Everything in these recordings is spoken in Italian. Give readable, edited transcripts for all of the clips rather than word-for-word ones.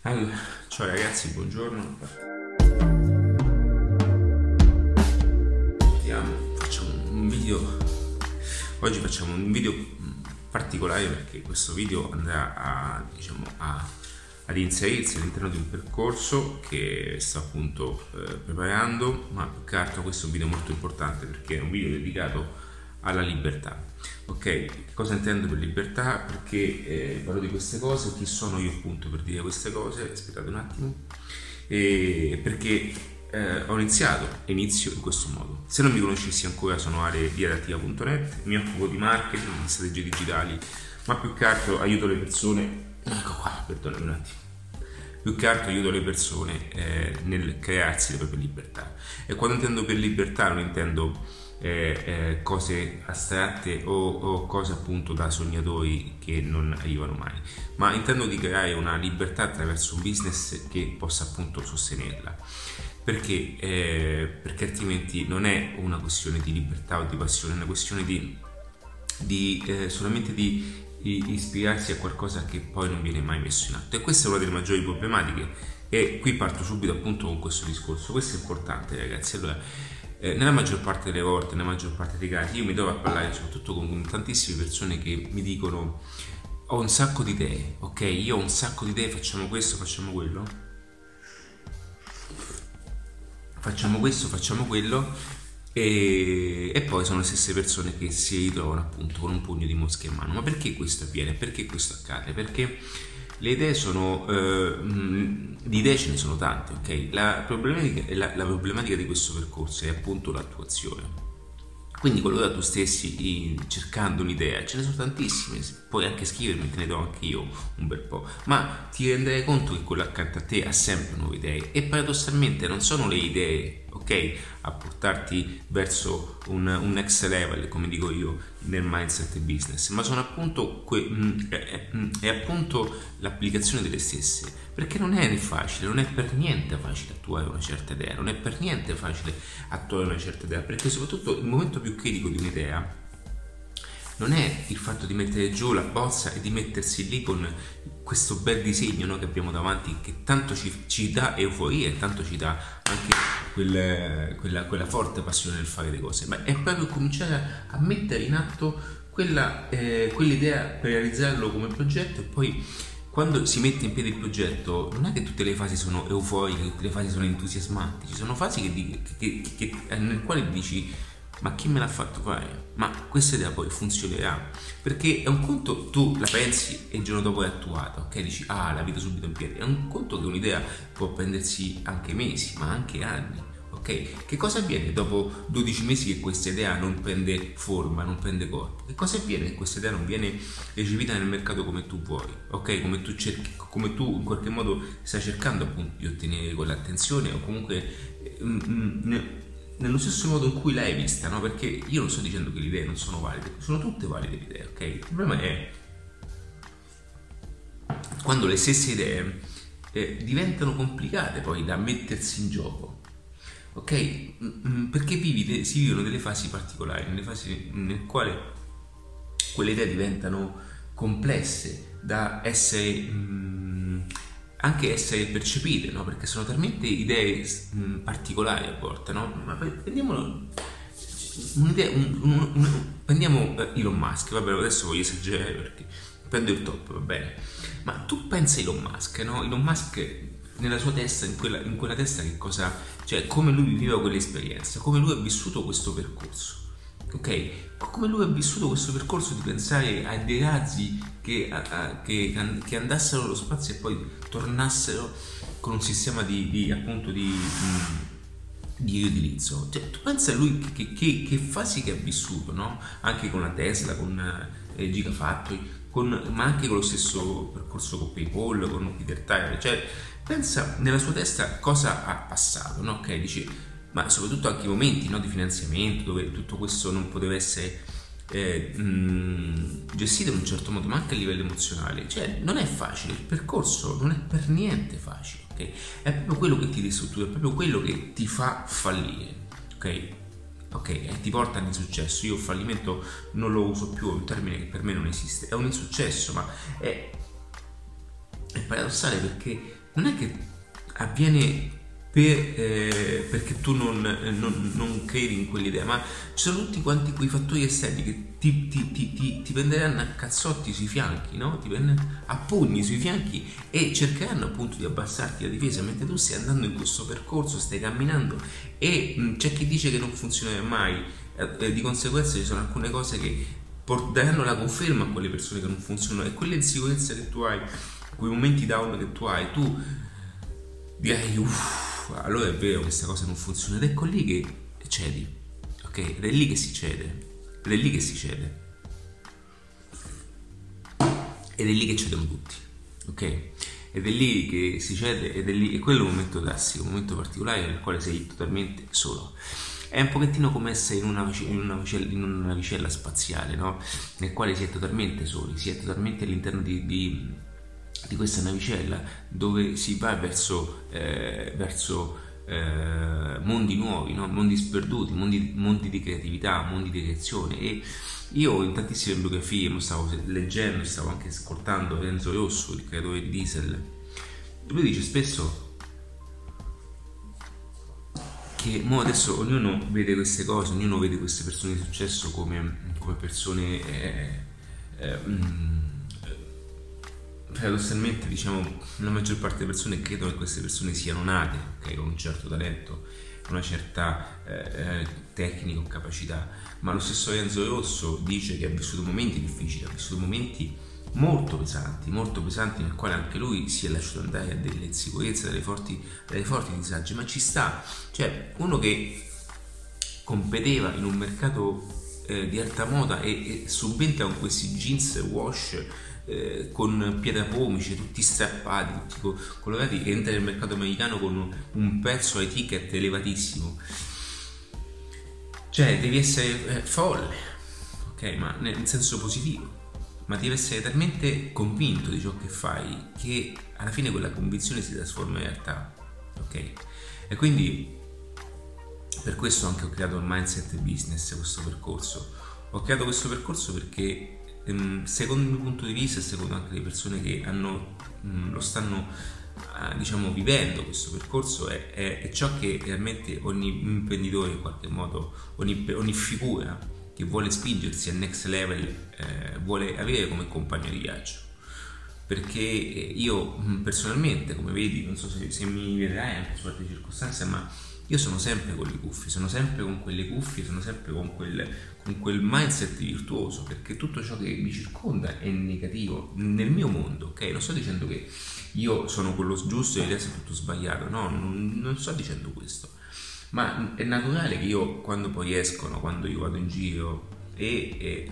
Allora, ciao ragazzi, buongiorno. Facciamo un video. Oggi facciamo un video particolare perché questo video andrà ad inserirsi all'interno di un percorso che sto appunto preparando, ma più che altro questo è un video molto importante perché è un video dedicato alla libertà. Ok, cosa intendo per libertà? Perché parlo di queste cose, chi sono io appunto per dire queste cose? Aspettate un attimo. Perché inizio in questo modo. Se non mi conoscessi ancora, sono Ale di adattiva.net, mi occupo di marketing, di strategie digitali, ma più che altro aiuto le persone. Ecco qua, perdonami un attimo. Più che altro aiuto le persone nel crearsi le proprie libertà. E quando intendo per libertà non intendo cose astratte o cose appunto da sognatori che non arrivano mai, ma intendo di creare una libertà attraverso un business che possa appunto sostenerla, perché altrimenti non è una questione di libertà o di passione, è una questione solamente di ispirarsi a qualcosa che poi non viene mai messo in atto, e questa è una delle maggiori problematiche. E qui parto subito appunto con questo discorso. Questo è importante, ragazzi. Allora, nella maggior parte delle volte, nella maggior parte dei casi, io mi trovo a parlare soprattutto con tantissime persone che mi dicono: ho un sacco di idee, ok, io ho un sacco di idee, facciamo questo, facciamo quello, facciamo questo, facciamo quello, e poi sono le stesse persone che si ritrovano appunto con un pugno di mosche in mano. Ma perché questo avviene? Perché questo accade? Perché le idee sono di idee ce ne sono tante, ok? La problematica di questo percorso è appunto l'attuazione. Quindi qualora tu stessi cercando un'idea, ce ne sono tantissime, puoi anche scrivermi, te ne do anche io un bel po', ma ti renderai conto che quello accanto a te ha sempre nuove idee, e paradossalmente non sono le idee, ok, a portarti verso un next level, come dico io, nel mindset business, ma sono appunto è appunto l'applicazione delle stesse, perché non è facile, non è per niente facile attuare una certa idea, non è per niente facile attuare una certa idea, perché soprattutto il momento più critico di un'idea non è il fatto di mettere giù la bozza e di mettersi lì con questo bel disegno, no, che abbiamo davanti, che tanto ci dà euforia e tanto ci dà anche quella forte passione nel fare le cose, ma è proprio cominciare a mettere in atto quell'idea per realizzarlo come progetto. E poi quando si mette in piedi il progetto non è che tutte le fasi sono euforiche, tutte le fasi sono entusiasmanti, ci sono fasi nel quale dici: ma chi me l'ha fatto fare? Ma questa idea poi funzionerà? Perché è un conto tu la pensi e il giorno dopo è attuata, ok? Dici: ah, la vedo subito in piedi. È un conto che un'idea può prendersi anche mesi, ma anche anni, ok? Che cosa avviene dopo 12 mesi che questa idea non prende forma, non prende corpo? Che cosa avviene che questa idea non viene recepita nel mercato come tu vuoi, ok? Come tu cerchi, come tu in qualche modo stai cercando appunto di ottenere quell'attenzione, o comunque nello stesso modo in cui l'hai vista, no? Perché io non sto dicendo che le idee non sono valide, sono tutte valide le idee, ok? Il problema è quando le stesse idee diventano complicate poi da mettersi in gioco, ok? Perché si vivono delle fasi particolari, nelle fasi nel quale quelle idee diventano complesse da anche essere percepite, no? Perché sono talmente idee particolari a volte, no? Ma prendiamo un'idea, prendiamo Elon Musk, vabbè, adesso voglio esagerare perché prendo il top, va bene, ma tu pensa a Elon Musk, no? Elon Musk nella sua testa, in quella testa, che cosa, cioè come lui viveva quell'esperienza, come lui ha vissuto questo percorso, ok? Come lui ha vissuto questo percorso di pensare a dei razzi che andassero allo spazio e poi tornassero con un sistema di riutilizzo. Cioè, tu pensa a lui che fasi che ha vissuto, no? Anche con la Tesla, con Gigafactory, ma anche con lo stesso percorso con PayPal, con Peter Tyler. Cioè, pensa nella sua testa cosa ha passato, no? Ok, dici, ma soprattutto anche i momenti, no, di finanziamento dove tutto questo non poteva essere gestito in un certo modo, ma anche a livello emozionale. Cioè, non è facile, il percorso non è per niente facile, ok? È proprio quello che ti distruttura, è proprio quello che ti fa fallire, ok, e ti porta all'insuccesso. Io fallimento non lo uso più, è un termine che per me non esiste, è un insuccesso, ma è paradossale perché non è che avviene perché tu non credi in quell'idea, ma ci sono tutti quanti quei fattori esterni che ti prenderanno a cazzotti sui fianchi, no? Ti prenderanno a pugni sui fianchi e cercheranno appunto di abbassarti la difesa mentre tu stai andando in questo percorso, stai camminando, e c'è chi dice che non funzionerà mai, di conseguenza ci sono alcune cose che daranno la conferma a quelle persone che non funzionano, e quelle insicurezze che tu hai, quei momenti down che tu hai, tu dirai allora è vero, questa cosa non funziona, ed ecco lì che cedi, ok? Ed è lì che si cede, ed è lì che si cede, ed è lì che cedono tutti, ok? Ed è lì che si cede, ed è lì, e quello è un momento classico, un momento particolare nel quale sei totalmente solo. È un pochettino come essere in una navicella spaziale, no? Nel quale si è totalmente soli, si è totalmente all'interno di questa navicella, dove si va verso mondi nuovi, no? Mondi sperduti, mondi di creatività, mondi di creazione. E io in tantissime biografie stavo leggendo, stavo anche ascoltando Enzo Rosso, il creatore di Diesel. Lui dice spesso che adesso ognuno vede queste cose, ognuno vede queste persone di successo come persone paradossalmente, diciamo, la maggior parte delle persone credono che queste persone siano nate, okay, con un certo talento, una certa tecnica o capacità, ma lo stesso Enzo Rosso dice che ha vissuto momenti difficili, ha vissuto momenti molto pesanti nel quale anche lui si è lasciato andare a delle insicurezze, delle forti disagi, ma ci sta, cioè uno che competeva in un mercato di alta moda e subentra con questi jeans wash con pietrapomici tutti strappati, tutti colorati, e entra nel mercato americano con un prezzo ai ticket elevatissimo, cioè devi essere folle, ok, ma nel senso positivo, ma devi essere talmente convinto di ciò che fai che alla fine quella convinzione si trasforma in realtà, ok? E quindi per questo anche ho creato il Mindset Business, questo percorso. Ho creato questo percorso perché secondo il mio punto di vista, e secondo anche le persone che lo stanno diciamo vivendo questo percorso, è ciò che realmente ogni imprenditore in qualche modo, ogni figura che vuole spingersi al next level vuole avere come compagno di viaggio. Perché io personalmente, come vedi, non so se mi vedrai anche su altre circostanze, ma io sono sempre con le cuffie, sono sempre con quelle cuffie, sono sempre con quel mindset virtuoso, perché tutto ciò che mi circonda è negativo nel mio mondo, ok? Non sto dicendo che io sono quello giusto e adesso è tutto sbagliato, no, non sto dicendo questo, ma è naturale che io quando poi escono, quando io vado in giro e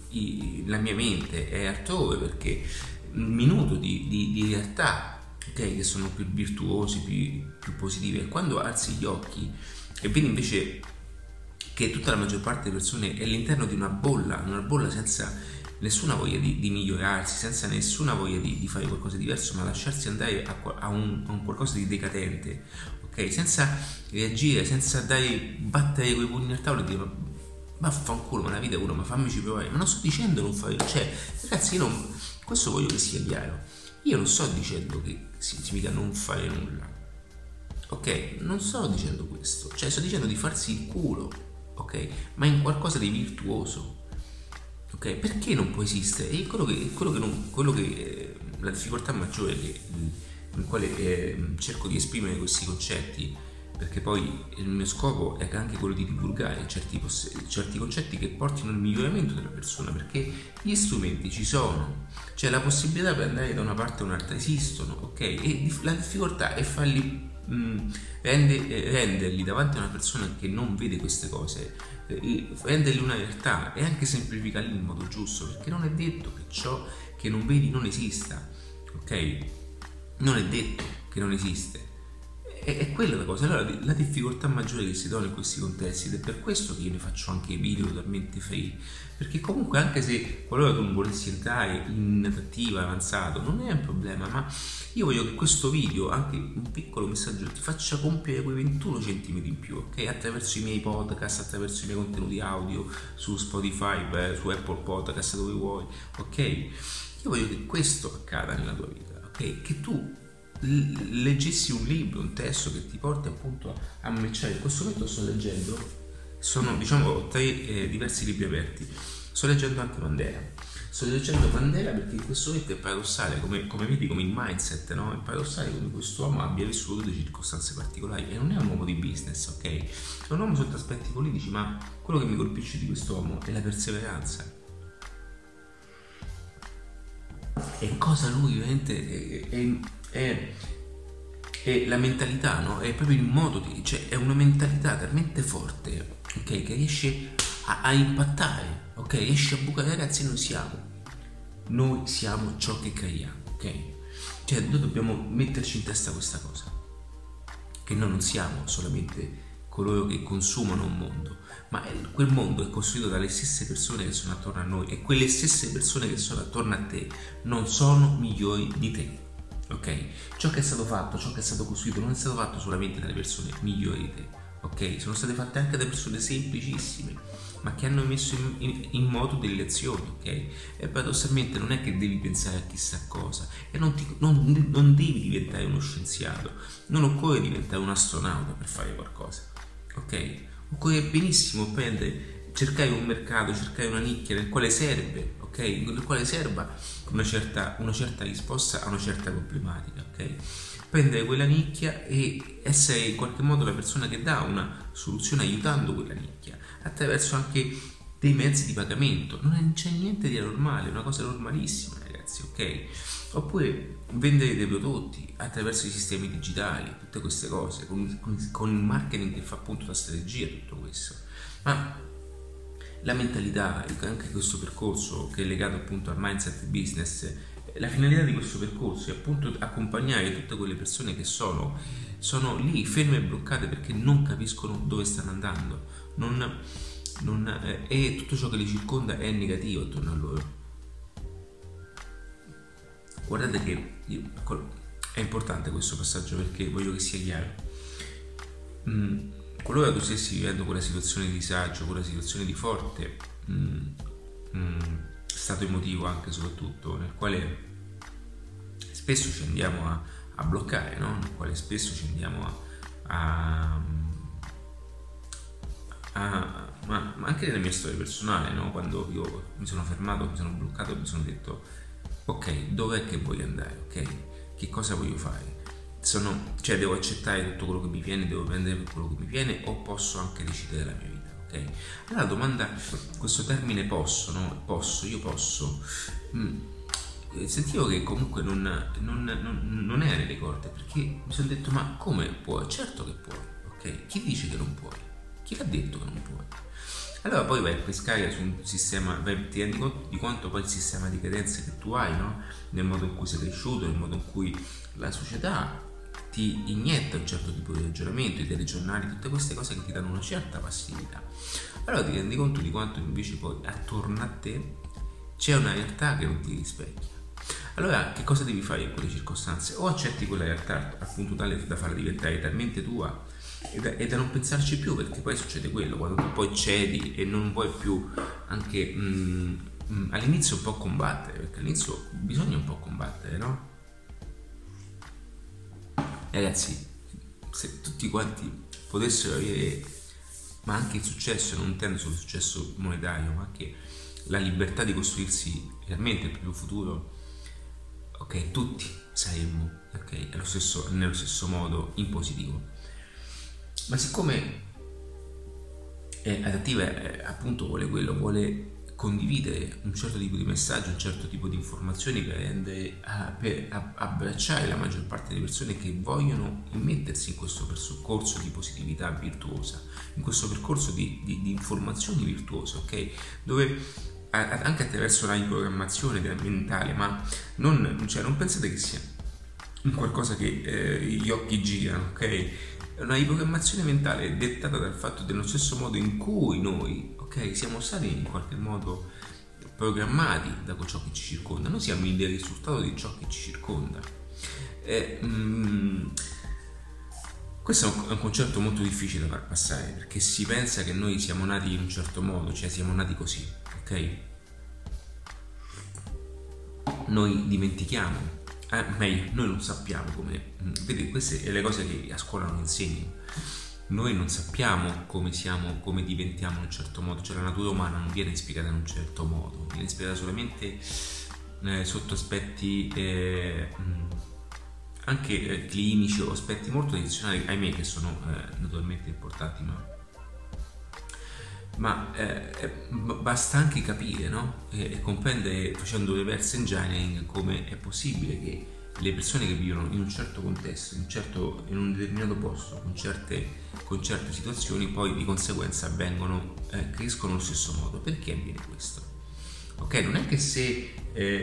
la mia mente è altrove, perché mi nutro di realtà, okay, che sono più virtuosi, più positivi, e quando alzi gli occhi e vedi invece che tutta la maggior parte delle persone è all'interno di una bolla senza nessuna voglia di migliorarsi, senza nessuna voglia di fare qualcosa di diverso, ma lasciarsi andare a un qualcosa di decadente, ok? Senza reagire, senza battere quei pugni al tavolo e dire ma vaffanculo, ma la vita è uno, ma fammici provare. Ma non sto dicendo non fare, cioè ragazzi, questo voglio che sia chiaro, io non sto dicendo che significa non fare nulla, ok? Non sto dicendo questo, cioè sto dicendo di farsi il culo, ok? Ma in qualcosa di virtuoso, ok? Perché non può esistere? E quello che la difficoltà maggiore nel quale cerco di esprimere questi concetti, perché poi il mio scopo è anche quello di divulgare certi concetti che portino al miglioramento della persona, perché gli strumenti ci sono, cioè la possibilità per andare da una parte o un'altra esistono, ok? E la difficoltà è farli renderli davanti a una persona che non vede queste cose, renderli una realtà e anche semplificarli in modo giusto, perché non è detto che ciò che non vedi non esista, ok? Non è detto che non esiste. È quella la cosa. Allora la difficoltà maggiore che si trova in questi contesti, ed è per questo che io ne faccio anche video totalmente free, perché comunque anche se qualora tu non volessi entrare in adattiva avanzato non è un problema, ma io voglio che questo video, anche un piccolo messaggio, ti faccia compiere quei 21 centimetri in più, ok? Attraverso i miei podcast, attraverso i miei contenuti audio su Spotify, su Apple Podcast, dove vuoi, ok? Io voglio che questo accada nella tua vita, ok? Che tu leggessi un libro, un testo che ti porti appunto a matchare. In questo momento sto leggendo, sono ho tre diversi libri aperti, sto leggendo anche Mandela perché in questo momento è paradossale, come vedi, come il mindset, no? È paradossale come quest'uomo abbia vissuto delle circostanze particolari, e non è un uomo di business, ok? È un uomo sotto aspetti politici, ma quello che mi colpisce di quest'uomo è la perseveranza. E cosa lui veramente è la mentalità, no? È proprio il modo cioè è una mentalità talmente forte, ok, che riesce a impattare, ok, riesce a bucare. Ragazzi, noi siamo ciò che creiamo, ok? Cioè noi dobbiamo metterci in testa questa cosa, che noi non siamo solamente coloro che consumano un mondo, ma quel mondo è costruito dalle stesse persone che sono attorno a noi, e quelle stesse persone che sono attorno a te non sono migliori di te, ok? Ciò che è stato fatto, ciò che è stato costruito non è stato fatto solamente dalle persone migliori di te, ok? Sono state fatte anche da persone semplicissime, ma che hanno messo in moto delle azioni, ok? E paradossalmente non è che devi pensare a chissà cosa, e non devi diventare uno scienziato, non occorre diventare un astronauta per fare qualcosa, ok? Occorre benissimo cercare un mercato, cercare una nicchia nel quale serve, ok? Nel quale serva una certa risposta a una certa problematica, ok? Prendere quella nicchia e essere in qualche modo la persona che dà una soluzione aiutando quella nicchia attraverso anche dei mezzi di pagamento. Non c'è niente di anormale, è una cosa normalissima, ragazzi, ok? Oppure vendere dei prodotti attraverso i sistemi digitali, tutte queste cose, con il marketing che fa appunto la strategia, tutto questo. Ma la mentalità, anche questo percorso che è legato appunto al mindset business, la finalità di questo percorso è appunto accompagnare tutte quelle persone che sono lì ferme e bloccate perché non capiscono dove stanno andando, e tutto ciò che li circonda è negativo attorno a loro. Guardate che è importante questo passaggio, perché voglio che sia chiaro. Qualora tu stessi vivendo quella situazione di disagio, quella situazione di forte stato emotivo, anche soprattutto, nel quale spesso ci andiamo a bloccare, no? Nel quale spesso ci andiamo ma anche nella mia storia personale, no? Quando io mi sono fermato, mi sono bloccato, mi sono detto ok, dov'è che voglio andare, ok? Che cosa voglio fare? Devo accettare tutto quello che mi viene, devo prendere quello che mi viene, o posso anche decidere la mia vita, ok? Allora la domanda, questo termine posso, no? Io posso, sentivo che comunque non era nelle corde, perché mi sono detto ma come puoi? Certo che puoi, ok? Chi dice che non puoi? Chi l'ha detto che non puoi? Allora poi vai a pescare su un sistema, ti rendi conto di quanto poi il sistema di credenze che tu hai, no? Nel modo in cui sei cresciuto, nel modo in cui la società ti inietta un certo tipo di ragionamento, i telegiornali, tutte queste cose che ti danno una certa passività. Allora ti rendi conto di quanto invece poi attorno a te c'è una realtà che non ti rispecchia. Allora che cosa devi fare in quelle circostanze? O accetti quella realtà appunto tale da farla diventare talmente tua e da non pensarci più, perché poi succede quello, quando tu poi cedi e non vuoi più anche all'inizio un po' combattere, perché all'inizio bisogna un po' combattere, no? Ragazzi, se tutti quanti potessero avere, ma anche il successo, non intendo solo il successo monetario, ma anche la libertà di costruirsi realmente il proprio futuro, ok, tutti saremmo, ok, nello stesso modo in positivo. Ma siccome Adattiva appunto vuole condividere un certo tipo di messaggio, un certo tipo di informazioni per abbracciare la maggior parte delle persone che vogliono immettersi in questo percorso di positività virtuosa, in questo percorso di informazioni virtuose, ok? Dove anche attraverso la riprogrammazione mentale, ma non pensate che sia un qualcosa che gli occhi girano, ok? È una riprogrammazione mentale dettata dal fatto dello stesso modo in cui noi, ok, siamo stati in qualche modo programmati da ciò che ci circonda. Noi siamo il risultato di ciò che ci circonda. Questo è un concetto molto difficile da far passare, perché si pensa che noi siamo nati in un certo modo, cioè siamo nati così, ok? Noi dimentichiamo meglio, noi non sappiamo come, vedi, queste sono le cose che a scuola non insegnano. Noi non sappiamo come siamo, come diventiamo in un certo modo, cioè la natura umana non viene spiegata in un certo modo, viene spiegata solamente sotto aspetti anche clinici o aspetti molto tradizionali, ahimè, che sono naturalmente importanti, ma basta anche capire, no? E comprendere, facendo reverse engineering, come è possibile che le persone che vivono in un certo contesto, in un determinato posto, con certe situazioni, poi di conseguenza crescono allo stesso modo. Perché avviene questo? Ok, non è che se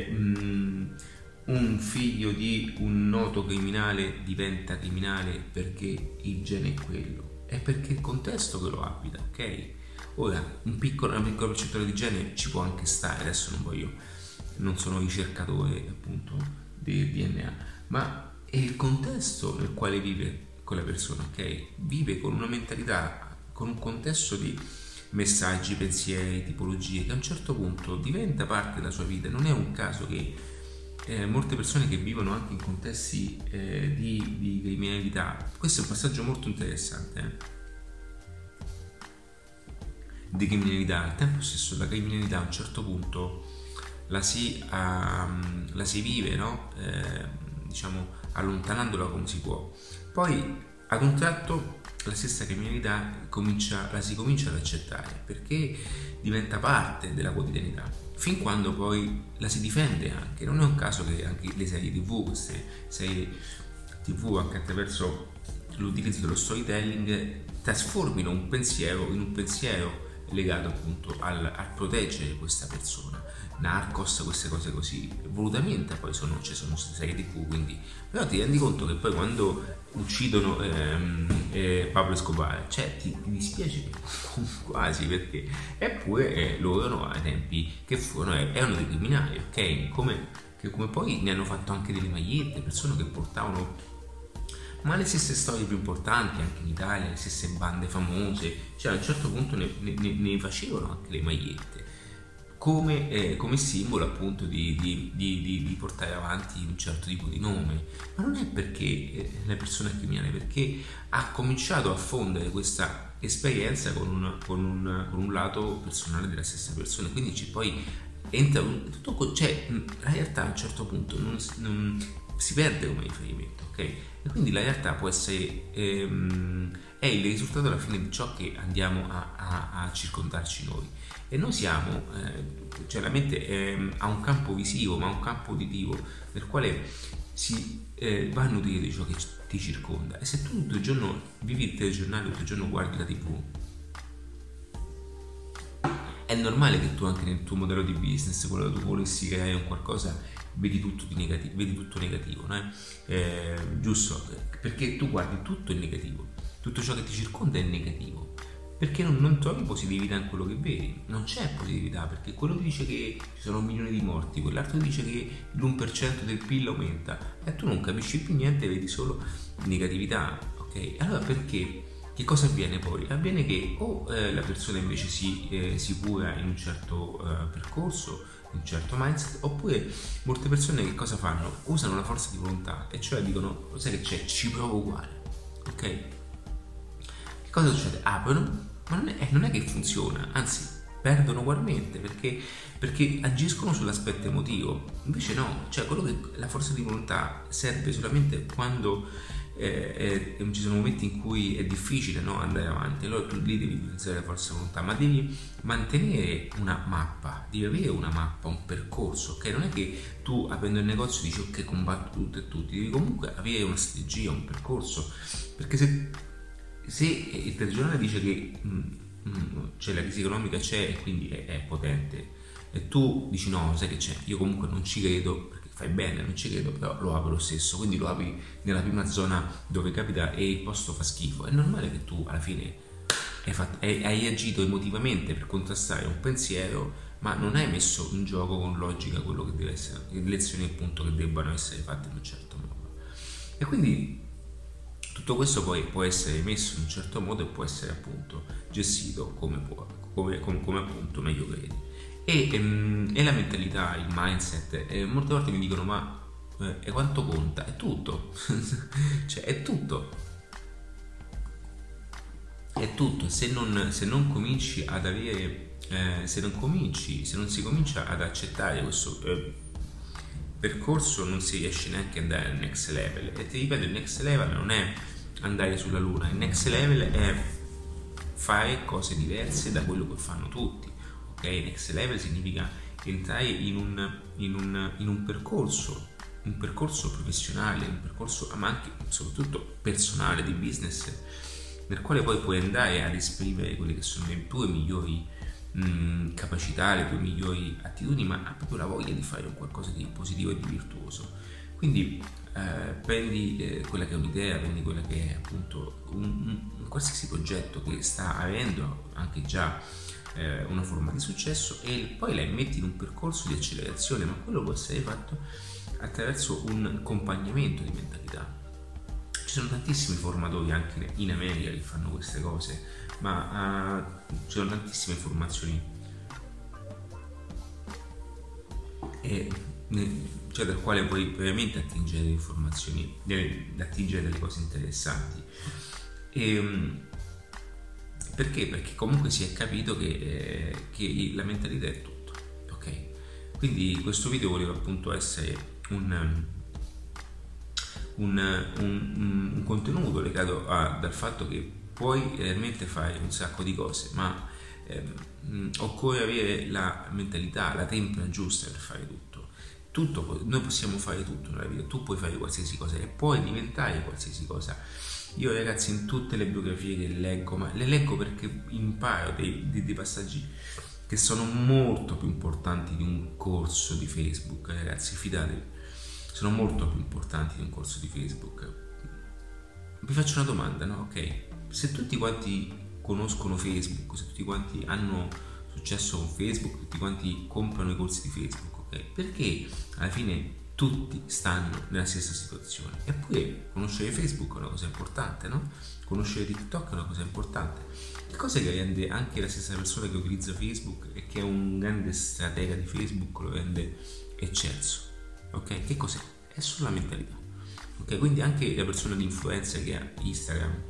un figlio di un noto criminale diventa criminale perché il gene è quello, è perché il contesto che lo abita, ok? Ora, una piccola percentuale di gene ci può anche stare, adesso non sono ricercatore appunto del DNA, ma è il contesto nel quale vive quella persona, ok? Vive con una mentalità, con un contesto di messaggi, pensieri, tipologie, che a un certo punto diventa parte della sua vita. Non è un caso che molte persone che vivono anche in contesti di criminalità, questo è un passaggio molto interessante, di criminalità, al tempo stesso la criminalità a un certo punto la si vive, no? Diciamo allontanandola come si può, poi ad un tratto la stessa criminalità la si comincia ad accettare, perché diventa parte della quotidianità, fin quando poi la si difende anche. Non è un caso che anche le serie TV, queste serie TV, anche attraverso l'utilizzo dello storytelling, trasformino un pensiero in un pensiero legato appunto al proteggere questa persona. Narcos, queste cose così, volutamente poi ci sono queste serie TV, quindi però ti rendi conto che poi quando uccidono Pablo Escobar, cioè ti dispiace quasi, perché eppure loro ai tempi che erano dei criminali, ok? Come poi ne hanno fatto anche delle magliette, persone che portavano ma le stesse storie più importanti anche in Italia, le stesse bande famose, cioè a un certo punto ne facevano anche le magliette come simbolo appunto di portare avanti un certo tipo di nome. Ma non è perché la persona è criminale, perché ha cominciato a fondere questa esperienza con un lato personale della stessa persona, quindi poi entra tutto, cioè la realtà a un certo punto non si perde come riferimento, ok? E quindi la realtà può essere è il risultato alla fine di ciò che andiamo a circondarci noi, e noi siamo cioè la mente ha un campo visivo ma un campo uditivo nel quale si va a nutrire di ciò che ti circonda. E se tu tutto il giorno vivi il telegiornale, tutto il giorno guardi la TV, è normale che tu anche nel tuo modello di business, quello che tu volessi creare un qualcosa, vedi tutto negativo, no? Giusto? Perché tu guardi tutto in negativo, tutto ciò che ti circonda è negativo, perché non trovi positività in quello che vedi, non c'è positività, perché quello ti dice che ci sono milioni di morti, quell'altro ti dice che l'1% del PIL aumenta, e tu non capisci più niente, vedi solo negatività, ok? Allora perché? Che cosa avviene poi? Avviene che la persona invece si cura in un certo percorso, in un certo mindset, oppure molte persone che cosa fanno? Usano la forza di volontà, e cioè dicono, sai che c'è, ci provo uguale, ok? Che cosa succede? Aprono, ma non è che funziona, anzi perdono ugualmente, perché agiscono sull'aspetto emotivo. Invece no, cioè la forza di volontà serve solamente quando ci sono momenti in cui è difficile, no, andare avanti. Allora tu lì devi utilizzare la forza di volontà, ma devi mantenere una mappa, devi avere una mappa, un percorso, ok? Non è che tu aprendo il negozio dici ok, combatto tutto e tutti, devi comunque avere una strategia, un percorso, perché se il telegiornale dice che cioè la crisi economica c'è e quindi è potente, e tu dici no, sai che c'è, io comunque non ci credo, fai bene, non ci credo, però lo apro lo stesso, quindi lo apri nella prima zona dove capita e il posto fa schifo. È normale che tu alla fine hai agito emotivamente per contrastare un pensiero, ma non hai messo in gioco con logica quello che deve essere, le lezioni appunto che debbano essere fatte in un certo modo. E quindi tutto questo poi può essere messo in un certo modo e può essere appunto gestito come appunto meglio credi. E la mentalità, il mindset, molte volte mi dicono ma E quanto conta? È tutto. Cioè è tutto. È tutto. Se non cominci ad avere, se non si comincia ad accettare questo percorso, non si riesce neanche ad andare al next level. E ti ripeto, il next level non è andare sulla luna, il next level è fare cose diverse da quello che fanno tutti. Ok? Next level significa entrare in un percorso professionale, un percorso ma anche soprattutto personale, di business, nel quale poi puoi andare ad esprimere quelle che sono le tue migliori capacità, le tue migliori attitudini, ma ha proprio la voglia di fare un qualcosa di positivo e di virtuoso. Quindi prendi quella che è un'idea, prendi quella che è appunto un qualsiasi progetto che sta avendo anche già una forma di successo, e poi la metti in un percorso di accelerazione, ma quello può essere fatto attraverso un accompagnamento di mentalità. Ci sono tantissimi formatori anche in America che fanno queste cose, ma ci sono tantissime informazioni cioè dal quale puoi veramente attingere delle informazioni, attingere delle cose interessanti. Perché? Perché comunque si è capito che la mentalità è tutto, ok? Quindi questo video voleva appunto essere un contenuto legato dal fatto che puoi realmente fare un sacco di cose, ma occorre avere la mentalità, la tempra giusta per fare tutto. Noi possiamo fare tutto nella vita, tu puoi fare qualsiasi cosa e puoi diventare qualsiasi cosa. Io ragazzi, in tutte le biografie che leggo, ma le leggo perché imparo dei passaggi che sono molto più importanti di un corso di Facebook, ragazzi, fidatevi, sono molto più importanti di un corso di Facebook. Vi faccio una domanda, no? Ok, se tutti quanti conoscono Facebook, se tutti quanti hanno successo con Facebook, tutti quanti comprano i corsi di Facebook, ok, perché alla fine tutti stanno nella stessa situazione? Eppure conoscere Facebook è una cosa importante, no? Conoscere TikTok è una cosa importante. Che cosa che rende anche la stessa persona che utilizza Facebook e che è un grande stratega di Facebook lo rende eccelso? Ok? Che cos'è? È solo la mentalità. Ok? Quindi anche la persona di influenza che ha Instagram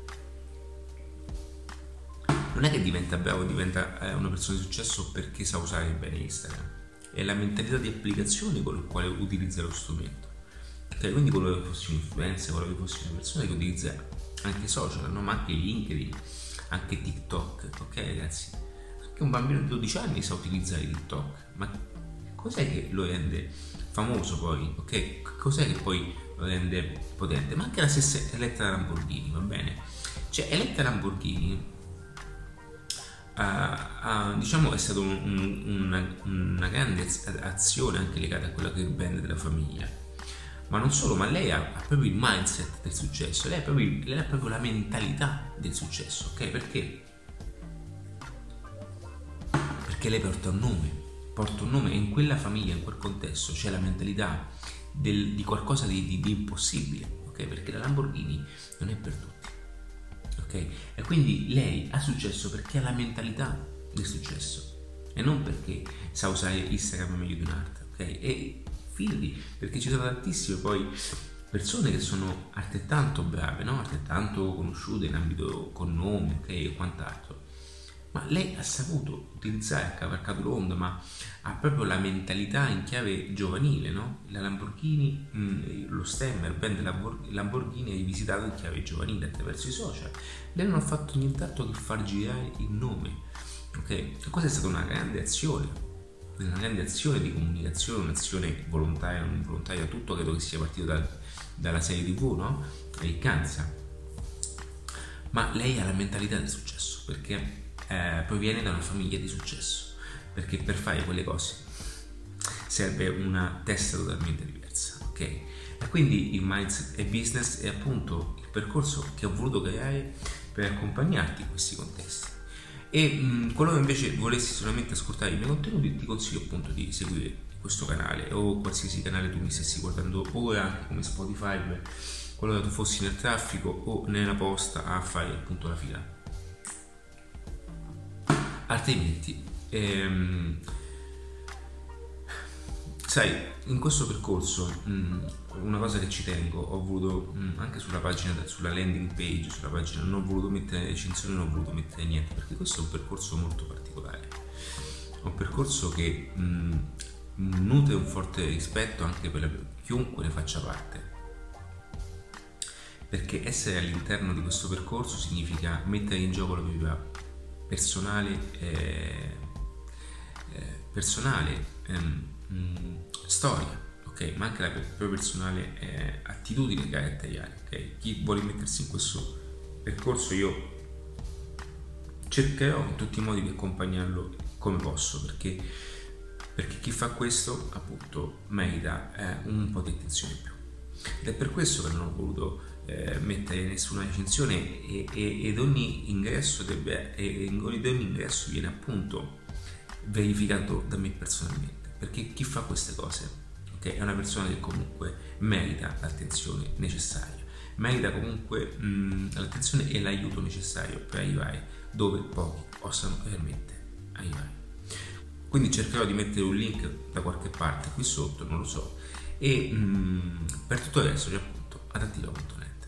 non è che diventa bravo, diventa una persona di successo perché sa usare bene Instagram. È la mentalità di applicazione con la quale utilizza lo strumento. Ok? Quindi quello che fosse un'influenza, quello che fosse una persona che utilizza anche social, no? Ma anche LinkedIn, anche TikTok. Ok ragazzi? Anche un bambino di 12 anni sa utilizzare TikTok, ma cos'è che lo rende famoso poi? Ok? Cos'è che poi lo rende potente? Ma anche la stessa Eletta Lamborghini, va bene? Cioè Eletta Lamborghini diciamo è stata una grande azione anche legata a quella che è il brand della famiglia, ma non solo, ma lei ha proprio il mindset del successo, lei ha proprio la mentalità del successo, ok? Perché lei porta un nome, e in quella famiglia, in quel contesto c'è la mentalità di qualcosa di impossibile, ok? Perché la Lamborghini non è per tutti. Okay? E quindi lei ha successo perché ha la mentalità del successo e non perché sa usare Instagram meglio di un'altra, ok? E fidati, perché ci sono tantissime poi persone che sono altrettanto brave, no? Altrettanto conosciute in ambito con nome, ok? E quant'altro, ma lei ha saputo utilizzare, ha cavalcato l'onda, ma ha proprio la mentalità in chiave giovanile, no? La Lamborghini, lo stemma, il brand Lamborghini è rivisitato in chiave giovanile attraverso i social. Lei non ha fatto nient'altro che far girare il nome, ok? E questa è stata una grande azione di comunicazione, un'azione volontaria, non involontaria, tutto credo che sia partito dalla serie TV, no? Riccanza. Ma lei ha la mentalità del successo, perché proviene da una famiglia di successo, perché per fare quelle cose serve una testa totalmente diversa, ok? E quindi il mindset e business è appunto il percorso che ho voluto creare per accompagnarti in questi contesti. E qualora invece volessi solamente ascoltare i miei contenuti, ti consiglio appunto di seguire questo canale o qualsiasi canale tu mi stessi guardando ora, come Spotify, qualora tu fossi nel traffico o nella posta a fare appunto la fila. Altrimenti sai, in questo percorso una cosa che ci tengo, ho voluto anche sulla pagina, sulla landing page, sulla pagina, non ho voluto mettere recensioni, non ho voluto mettere niente, perché questo è un percorso molto particolare, è un percorso che nutre un forte rispetto anche per chiunque ne faccia parte, perché essere all'interno di questo percorso significa mettere in gioco la propria personale storia, ok? Ma anche la propria personale attitudine caratteriale, ok? Chi vuole mettersi in questo percorso, io cercherò in tutti i modi di accompagnarlo come posso, perché chi fa questo appunto merita un po' di attenzione in più, ed è per questo che non ho voluto mettere nessuna recensione, ed ogni ingresso viene appunto verificato da me personalmente, perché chi fa queste cose, okay, è una persona che comunque merita l'attenzione necessaria, merita comunque l'attenzione e l'aiuto necessario per arrivare dove pochi possano realmente arrivare. Quindi cercherò di mettere un link da qualche parte qui sotto, non lo so, e per tutto il resto appunto ad attiva.net.